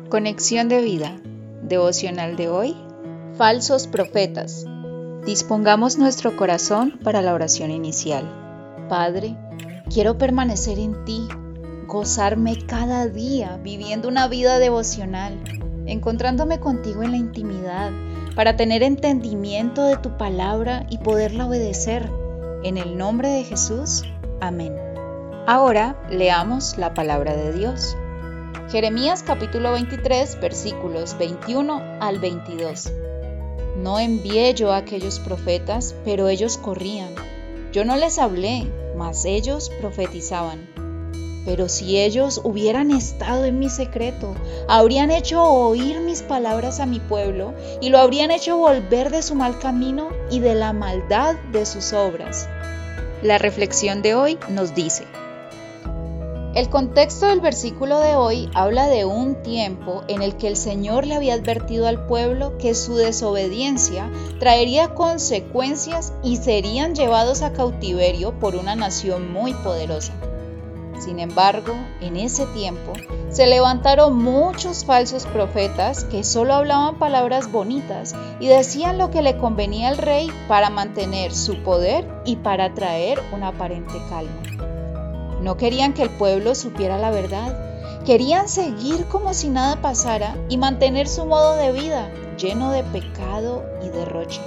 Conexión de vida, devocional de hoy, falsos profetas. Dispongamos nuestro corazón para la oración inicial. Padre, quiero permanecer en ti, gozarme cada día viviendo una vida devocional, encontrándome contigo en la intimidad, para tener entendimiento de tu palabra y poderla obedecer. En el nombre de Jesús, amén. Ahora leamos la palabra de Dios. Jeremías capítulo 23, versículos 21 al 22. No envié yo a aquellos profetas, pero ellos corrían. Yo no les hablé, mas ellos profetizaban. Pero si ellos hubieran estado en mi secreto, habrían hecho oír mis palabras a mi pueblo y lo habrían hecho volver de su mal camino y de la maldad de sus obras. La reflexión de hoy nos dice: el contexto del versículo de hoy habla de un tiempo en el que el Señor le había advertido al pueblo que su desobediencia traería consecuencias y serían llevados a cautiverio por una nación muy poderosa. Sin embargo, en ese tiempo se levantaron muchos falsos profetas que solo hablaban palabras bonitas y decían lo que le convenía al rey para mantener su poder y para traer una aparente calma. No querían que el pueblo supiera la verdad, querían seguir como si nada pasara y mantener su modo de vida lleno de pecado y derroche.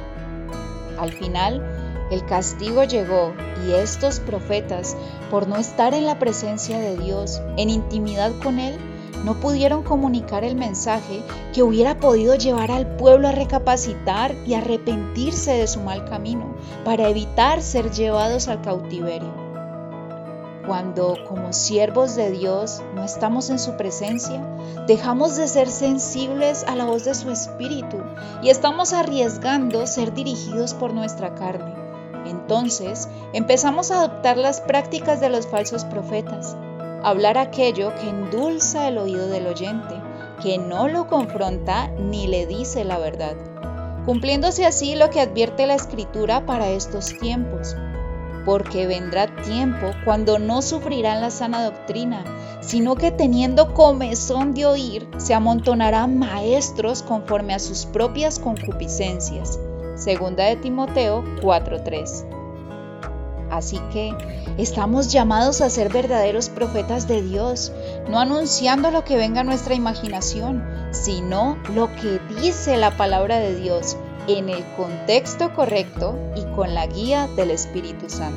Al final, el castigo llegó y estos profetas, por no estar en la presencia de Dios, en intimidad con Él, no pudieron comunicar el mensaje que hubiera podido llevar al pueblo a recapacitar y arrepentirse de su mal camino para evitar ser llevados al cautiverio. Cuando, como siervos de Dios, no estamos en su presencia, dejamos de ser sensibles a la voz de su Espíritu y estamos arriesgando ser dirigidos por nuestra carne. Entonces, empezamos a adoptar las prácticas de los falsos profetas, hablar aquello que endulza el oído del oyente, que no lo confronta ni le dice la verdad, cumpliéndose así lo que advierte la Escritura para estos tiempos. Porque vendrá tiempo cuando no sufrirán la sana doctrina, sino que teniendo comezón de oír, se amontonarán maestros conforme a sus propias concupiscencias. Segunda de Timoteo 4:3. Así que estamos llamados a ser verdaderos profetas de Dios, no anunciando lo que venga a nuestra imaginación, sino lo que dice la palabra de Dios, en el contexto correcto y con la guía del Espíritu Santo.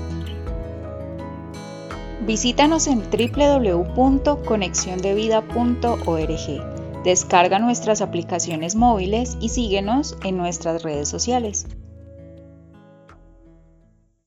Visítanos en www.conexiondevida.org. Descarga nuestras aplicaciones móviles y síguenos en nuestras redes sociales.